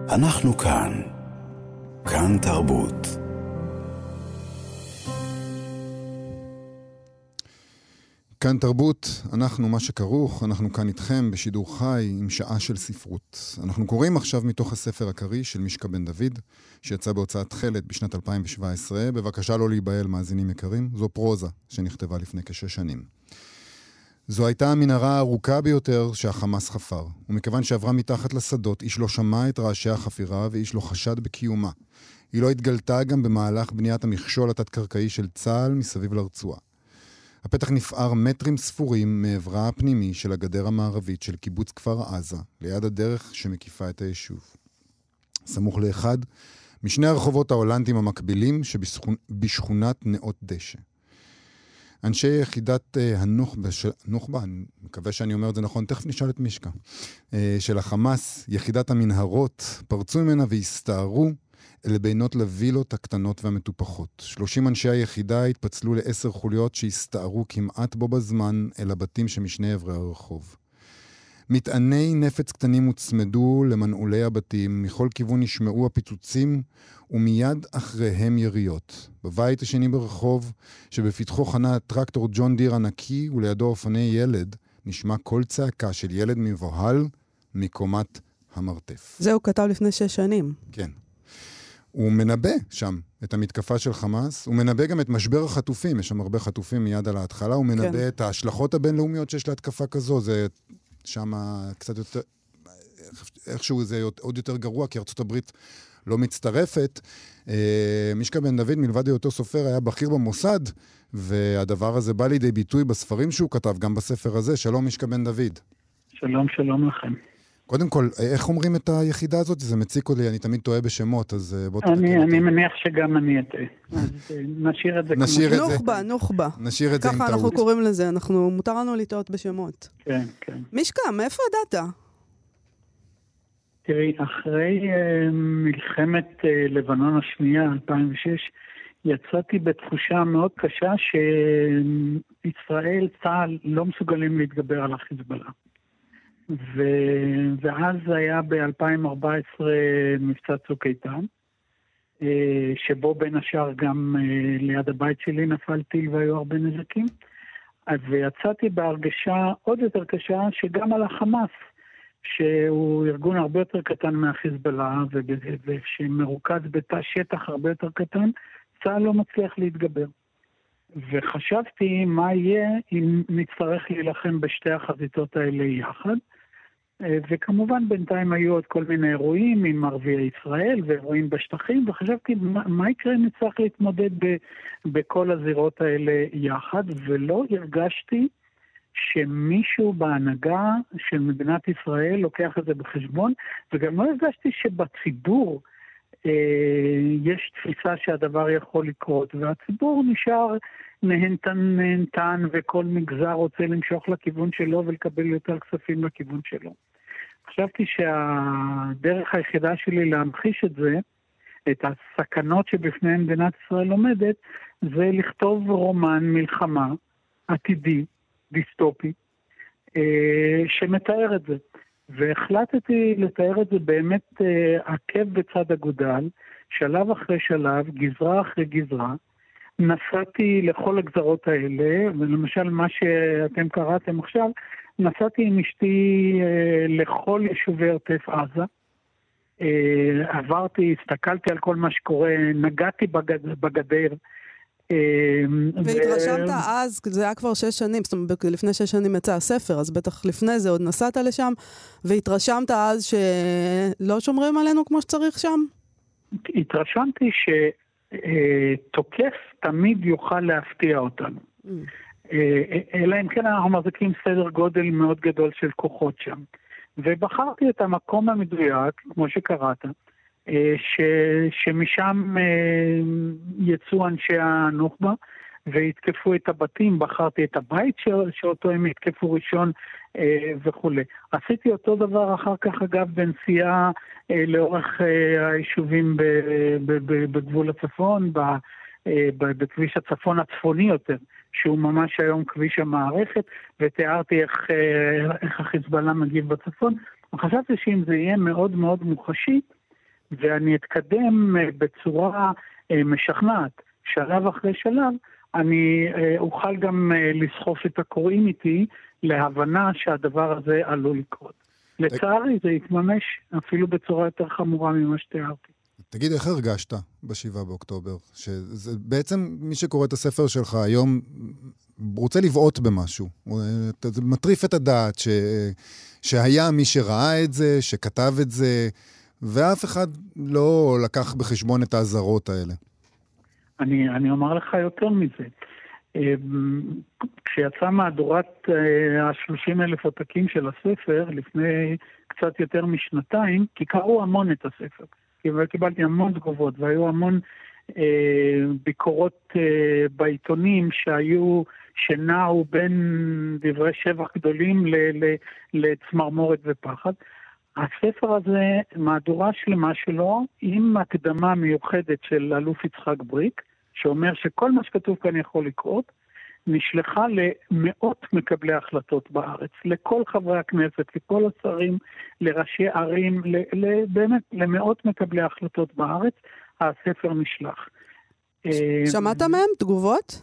אנחנו כאן. כאן תרבות. כאן תרבות, אנחנו מה שכרוך, אנחנו כאן איתכם בשידור חי עם שעה של ספרות. אנחנו קוראים עכשיו מתוך הספר הקריא של מישקה בן דוד, שיצא בהוצאת תחלת בשנת 2017. בבקשה לא להיבהל, מאזינים יקרים, זו פרוזה שנכתבה לפני כ6 שנים. זו הייתה המנהרה הארוכה ביותר שהחמאס חפר, ומכיוון שעברה מתחת לשדות, איש לא שמע את רעשי החפירה ואיש לא חשד בקיומה. היא לא התגלתה גם במהלך בניית המכשול התת-קרקעי של צה"ל מסביב לרצועה. הפתח נפער מטרים ספורים מעברה הפנימי של הגדר המערבית של קיבוץ כפר עזה, ליד הדרך שמקיפה את היישוב. סמוך לאחד משני הרחובות ההולנדים המקבילים שבשכונת נאות דשא. אנשי יחידת הנוח'בה, אני מקווה שאני אומר את זה נכון, תכף נשאל את מישקה, של החמאס, יחידת המנהרות, פרצו ממנה והסתערו אלה בינות לווילות הקטנות והמטופחות. 30 אנשי היחידה התפצלו ל10 חוליות שהסתערו כמעט בו בזמן אל הבתים שמשני עברי הרחוב. מטעני נפץ קטנים הוצמדו למנעולי הבתים, מכל כיוון נשמעו הפיצוצים ומיד אחריהם יריות. בבית השני ברחוב שבפתחו חנה טרקטור ג'ון דיר ענקי ולידו אופני ילד, נשמע קול צעקה של ילד מבוהל מקומת המרתף. זה הוא כתב לפני 6 שנים. כן. הוא מנבא שם את המתקפה של חמאס, הוא מנבא גם את משבר החטופים, יש שם הרבה חטופים מיד על ההתחלה, הוא מנבא את ההשלכות הבינלאומיות שיש להתקפה כזו, זה שם קצת יותר, איכשהו זה עוד יותר גרוע, כי ארצות הברית לא מצטרפת. מישקה בן דוד, מלבד היותו סופר, היה בכיר במוסד, והדבר הזה בא לידי ביטוי בספרים שהוא כתב, גם בספר הזה. שלום מישקה בן דוד. שלום לכם. קודם כל, איך אומרים את היחידה הזאת? זה מציק אותי, אני תמיד טועה בשמות, אז בוא תתקן אותי. אני מניח שגם אני אטעה. אז נשאיר את זה כמו... נוח'בה. נשאיר את זה עם טעות. ככה אנחנו קוראים לזה, מותר לנו לטעות בשמות. כן. מישקה, מאיפה ידעת? תראי, אחרי מלחמת לבנון השנייה, 2006, יצאתי בתחושה מאוד קשה שישראל, צה"ל, לא מסוגלים להתגבר על החיזבאללה. ואז היה ב-2014 מבצע צוק איתן, שבו בין השאר גם ליד הבית שלי נפלתי והיו הרבה נזקים. ויצאתי בהרגשה עוד יותר קשה שגם על החמאס, שהוא ארגון הרבה יותר קטן מהחיזבאללה, ושמרוכז בתא שטח הרבה יותר קטן, צה"ל לא מצליח להתגבר. וחשבתי מה יהיה אם נצטרך להילחם בשתי החזיתות האלה יחד. וכמובן בינתיים היו עוד כל מיני אירועים עם ערביי ישראל ואירועים בשטחים, וחשבתי מה יקרה אם נצטרך להתמודד בכל הזירות האלה יחד, ולא הרגשתי שמישהו בהנהגה של מדינת ישראל לוקח את זה בחשבון, וגם לא הרגשתי שבציבור יש תפיסה שהדבר יכול לקרות, והציבור נשאר נהנתן וכל מגזר רוצה למשוך לכיוון שלו ולקבל יותר כספים לכיוון שלו. חשבתי שהדרך היחידה שלי להמחיש את זה, את הסכנות שבפני מדינת ישראל עומדת, זה לכתוב רומן מלחמה עתידי, דיסטופי, שמתאר את זה. והחלטתי לתאר את זה באמת עקב בצד אגודל, שלב אחרי שלב, גזרה אחרי גזרה. נסעתי לכל הגזרות האלה, ולמשל מה שאתם קראתם עכשיו, נסעתי עם אשתי לכל יישובי עוטף עזה, עברתי, הסתכלתי על כל מה שקורה, נגעתי בגדר. והתרשמת אז, זה היה כבר 6 שנים, זאת אומרת, לפני 6 שנים יצא הספר, אז בטח לפני זה עוד נסעת לשם, והתרשמת אז שלא שומרים עלינו כמו שצריך שם? התרשמתי שתוקף תמיד יוכל להפתיע אותנו. אלא אם כן אנחנו מחזיקים סדר גודל מאוד גדול של כוחות שם. ובחרתי את המקום המדויק, כמו שקראת, שמשם יצאו אנשי הנוח'בה והתקפו את הבתים, בחרתי את הבית שאותו הם התקפו ראשון וכו'. עשיתי אותו דבר אחר כך אגב בנסיעה לאורך היישובים בגבול הצפון, בכביש הצפון הצפוני יותר, שהוא ממש היום כביש המערכת, ותיארתי איך החיזבאללה מגיב בצפון. חשבתי שאם זה יהיה מאוד מאוד מוחשי, ואני אתקדם בצורה משכנעת, שלב אחרי שלב, אני אוכל גם לסחוף את הקוראים איתי להבנה שהדבר הזה עלול לקרות. לצערי זה יתממש אפילו בצורה יותר חמורה ממה שתיארתי. תגיד, איך הרגשת ב7 באוקטובר? בעצם מי שקורא את הספר שלך היום רוצה לבעוט במשהו. זה מטריף את הדעת שהיה מי שראה את זה, שכתב את זה, ואף אחד לא לקח בחשבון את האזהרות האלה. אני אומר לך יותר מזה. כשיצא מהדורת ה-30,000 עותקים של הספר, לפני קצת יותר משנתיים, כי קראו המון את הספר. קיבלתי המון תגובות, והיו המון ביקורות בעיתונים שנעו בין דברי שבח גדולים לצמרמורת ופחד. הספר הזה, מהדורה שלמה שלו, עם הקדמה מיוחדת של אלוף יצחק בריק, שאומר שכל מה שכתוב כאן יכול לקרות, נשלחה למאות מקבלי החלטות בארץ, לכל חברי הכנסת, לכל השרים, לראשי ערים, באמת למאות מקבלי החלטות בארץ, הספר נשלח. שמעת מהם תגובות?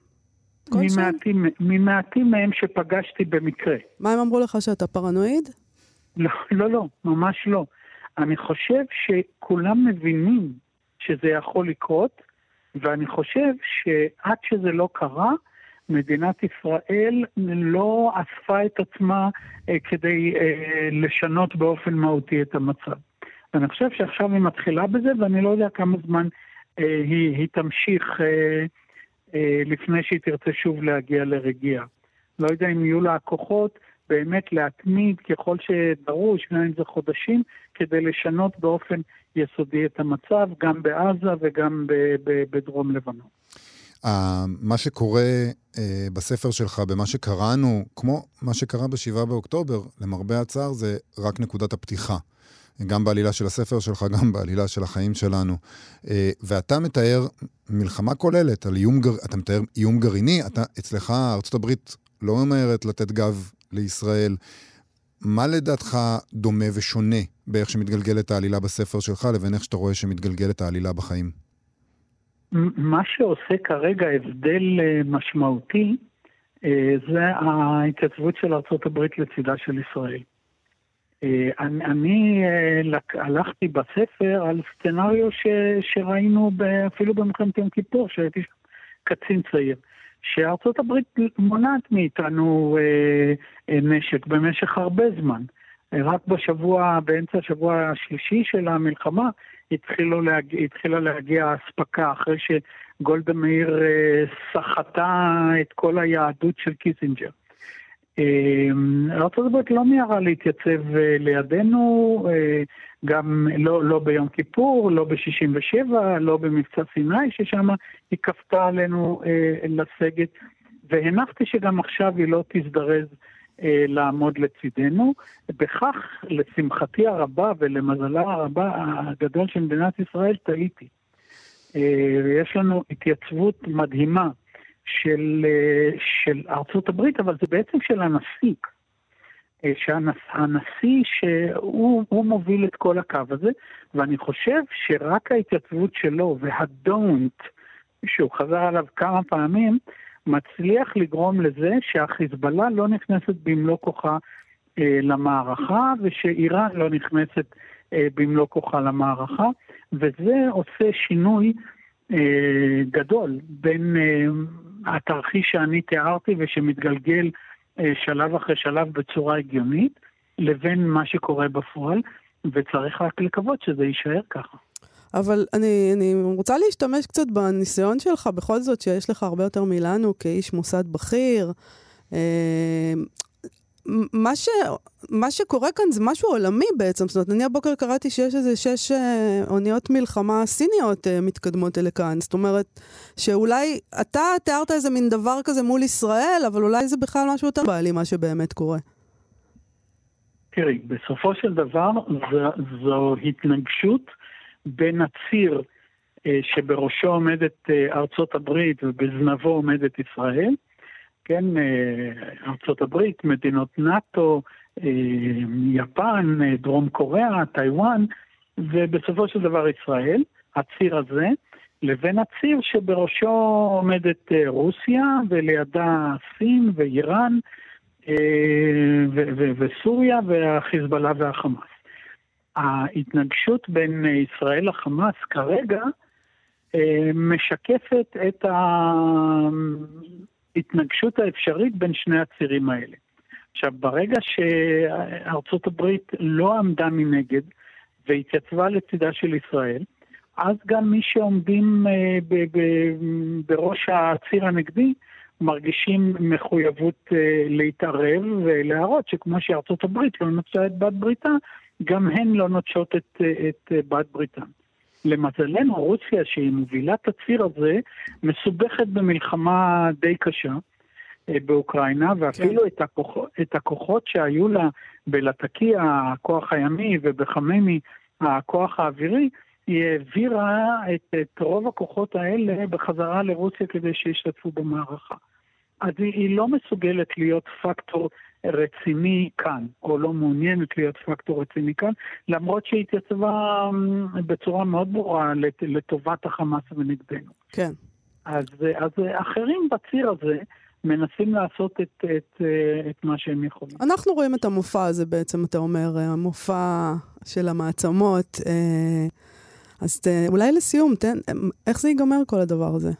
ממעטים מהם שפגשתי במקרה. מה הם אמרו לך, שאתה פרנואיד? לא, ממש לא. אני חושב שכולם מבינים שזה יכול לקרות, ואני חושב שעד שזה לא קרה, מדינת ישראל לא אספה את עצמה כדי לשנות באופן מהותי את המצב. ואני חושב שעכשיו היא מתחילה בזה, ואני לא יודע כמה זמן היא תמשיך לפני שהיא תרצה שוב להגיע לרגיעה. לא יודע אם יהיו לה הכוחות באמת להתמיד ככל שדרוש, גם אם זה חודשים, כדי לשנות באופן יסודי את המצב, גם בעזה וגם בדרום לבנון. מה שקורה בספר שלך, במה שקראנו, כמו מה שקרה ב7 באוקטובר, למרבה הצער, זה רק נקודת הפתיחה. גם בעלילה של הספר שלך, גם בעלילה של החיים שלנו. ואתה מתאר מלחמה כוללת, אתה מתאר איום גרעיני, אצלך ארצות הברית לא ממהרת לתת גב לישראל. מה לדעתך דומה ושונה באיך שמתגלגלת העלילה בספר שלך, לבין איך שאתה רואה שמתגלגלת העלילה בחיים? מה שעושה כרגע הבדל משמעותי, זה ההתייצבות של ארצות הברית לצידה של ישראל. אני הלכתי בספר על סצנריו שראינו אפילו במלחמת יום כיפור, שהייתי קצין צעיר, שארצות הברית מונעת מאיתנו נשק במשך הרבה זמן. רק באמצע השבוע השלישי של המלחמה, התחילה להגיע הספקה אחרי שגולדה מאיר סחטה את כל היהדות של קיסינג'ר. ארצות הברית לא מיהרה להתייצב לידינו, גם לא ביום כיפור, לא ב-67, לא במבצע סיני, ששם היא כפתה עלינו לסגת, והנחתי שגם עכשיו היא לא תזדרז לעמוד לצידנו. בכך, לשמחתי הרבה ולמזלה הרבה הגדול של מדינת ישראל, טעיתי. יש לנו התייצבות מדהימה של ארצות הברית, אבל זה בעצם של הנשיא. שהנשיא שהוא מוביל את כל הקו הזה, ואני חושב שרק ההתייצבות שלו והדונט, שהוא חזר עליו כמה פעמים, מצליח לגרום לזה שהחיזבאללה לא נכנסת במלוא כוחה למערכה, ושאיראן לא נכנסת במלוא כוחה למערכה, וזה עושה שינוי גדול בין התרחיש שאני תיארתי ושמתגלגל שלב אחרי שלב בצורה הגיונית, לבין מה שקורה בפועל, וצריך רק לקוות שזה יישאר ככה. אבל אני רוצה להשתמש קצת בניסיון שלך, בכל זאת שיש לך הרבה יותר מילנו כאיש מוסד בכיר. מה שקורה כאן זה משהו עולמי בעצם. זאת אומרת, אני הבוקר קראתי שיש איזה 6 אוניות מלחמה סיניות מתקדמות אלה כאן. זאת אומרת, שאולי אתה תיארת איזה מין דבר כזה מול ישראל, אבל אולי זה בכלל משהו יותר בעלי מה שבאמת קורה. תראי, בסופו של דבר זו התנגשות בין הציר שבראשו עומדת ארצות הברית ובזנבו עומדת ישראל, כן, ארצות הברית, מדינות נאטו, יפן, דרום קוריאה, טיואן, ובסופו של דבר ישראל, הציר הזה, לבין הציר שבראשו עומדת רוסיה, ולידה סין ואיראן, וסוריה והחיזבאללה והחמאס. ההתנגשות בין ישראל לחמאס כרגע משקפת את ההתנגשות האפשרית בין שני הצירים האלה. עכשיו, ברגע שארצות הברית לא עמדה מנגד והתייצבה לצידה של ישראל, אז גם מי שעומדים בראש הציר הנגדי מרגישים מחויבות להתערב ולהראות שכמו שארצות הברית לא נוטשה את בת בריתה, גם הן לא נוטשות את בת בריתן. למזלנו, רוסיה שהיא מובילה את הציר הזה, מסובכת במלחמה די קשה באוקראינה, ואפילו את הכוחות שהיו לה בלטקיה, הכוח הימי, ובחממי, הכוח האווירי, היא העבירה את רוב הכוחות האלה בחזרה לרוסיה כדי שישתתפו במערכה. אז היא לא מסוגלת להיות פקטור רציני כאן, או לא מעוניינת להיות פקטור רציני כאן, למרות שהיא התייצבה בצורה מאוד ברורה לטובת החמאס ונגדנו. כן. אז אחרים בציר הזה מנסים לעשות את מה שהם יכולים. אנחנו רואים את המופע הזה בעצם, אתה אומר, המופע של המעצמות. אז אולי לסיום, איך זה ייגמר כל הדבר הזה?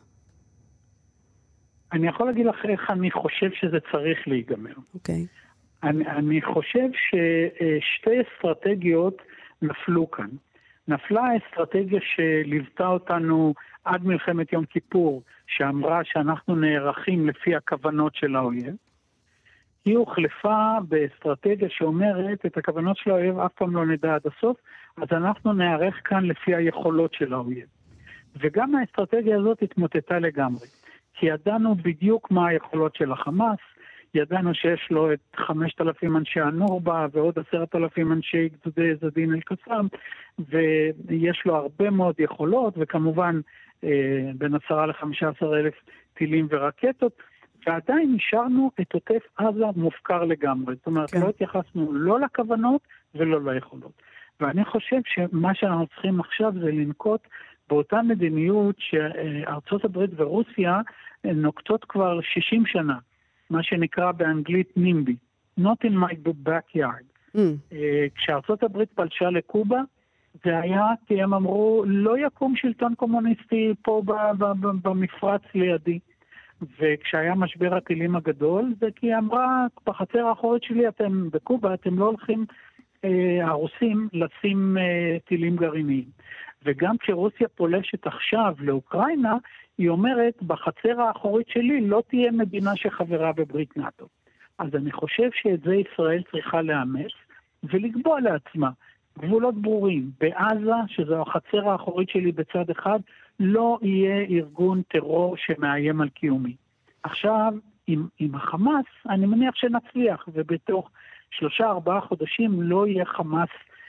אני יכול להגיד לך איך אני חושב שזה צריך להיגמר. אוקיי. אני חושב ששתי אסטרטגיות נפלו כאן. נפלה האסטרטגיה שליוותה אותנו עד מלחמת יום כיפור, שאמרה שאנחנו נערכים לפי הכוונות של האויב. היא הוחלפה באסטרטגיה שאומרת את הכוונות של האויב אף פעם לא נדע עד הסוף, אז אנחנו נערך כאן לפי היכולות של האויב. וגם האסטרטגיה הזאת התמוטטה לגמרי. כי ידענו בדיוק מה היכולות של החמאס, ידענו שיש לו את 5,000 אנשי הנורבה ועוד 10,000 אנשי גדודי זדין אל-קסאם, ויש לו הרבה מאוד יכולות, וכמובן בין 10 ל-15,000 טילים ורקטות, ועדיין נשארנו את עוטף עזה מופקר לגמרי. זאת אומרת, לא התייחסנו לא לכוונות ולא ליכולות. ואני חושב שמה שאנחנו צריכים עכשיו זה לנקוט באותה מדיניות שארצות הברית ורוסיה נוקטות כבר 60 שנה, מה שנקרא באנגלית נימבי, not in my backyard. כשארצות הברית פלשה לקובה, זה היה כי הם אמרו, לא יקום שלטון קומוניסטי פה במפרץ לידי. וכשהיה משבר הטילים הגדול, זה כי אמרה, בחצר האחורית שלי אתם בקובה, אתם לא הולכים הרוסים לשים טילים גרעיניים. וגם כשרוסיה פולשת עכשיו לאוקראינה, היא אומרת, בחצר האחורית שלי לא תהיה מדינה שחברה בברית נאט"ו. אז אני חושב שאת זה ישראל צריכה לאמץ, ולקבוע לעצמה גבולות ברורים. בעזה, שזו החצר האחורית שלי בצד אחד, לא יהיה ארגון טרור שמאיים על קיומי. עכשיו, עם החמאס, אני מניח שנצליח, ובתוך 3-4 חודשים לא יהיה חמאס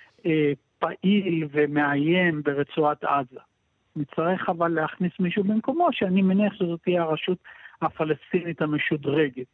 פעיל ומאיים ברצועת עזה. נצטרך אבל להכניס מישהו במקומו, שאני מניח שזאת תהיה הרשות הפלסטינית המשודרגת.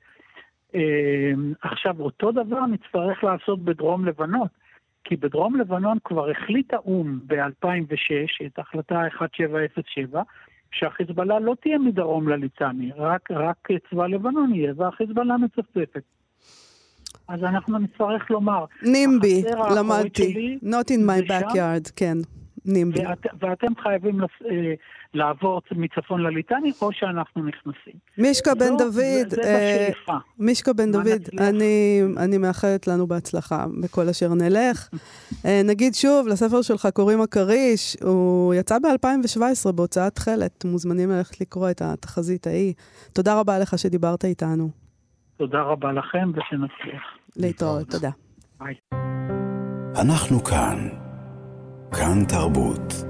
עכשיו, אותו דבר נצטרך לעשות בדרום לבנון, כי בדרום לבנון כבר החליט האום ב-2006, את החלטה 1707, שהחיזבאללה לא תהיה מדרום לליטני, רק צבא לבנון יהיה, והחיזבאללה מצפצפת. אז אנחנו נצטרך לומר, נימבי, למדתי, not in my backyard, כן, נימבי. ואתם חייבים לעבור מצפון לליטני, או שאנחנו נכנסים. מישקה בן דוד, זה בשאיפה. מישקה בן דוד, אני מאחלת לנו בהצלחה בכל אשר נלך. נגיד שוב, לספר שלך קוראים הכריש, הוא יצא ב-2017 בהוצאת תכלת, מוזמנים ללכת לקרוא את התחזית ההיא. תודה רבה לך שדיברת איתנו. תודה רבה לכם ושנצליח. להתראות, תודה. ביי. אנחנו כאן תרבות.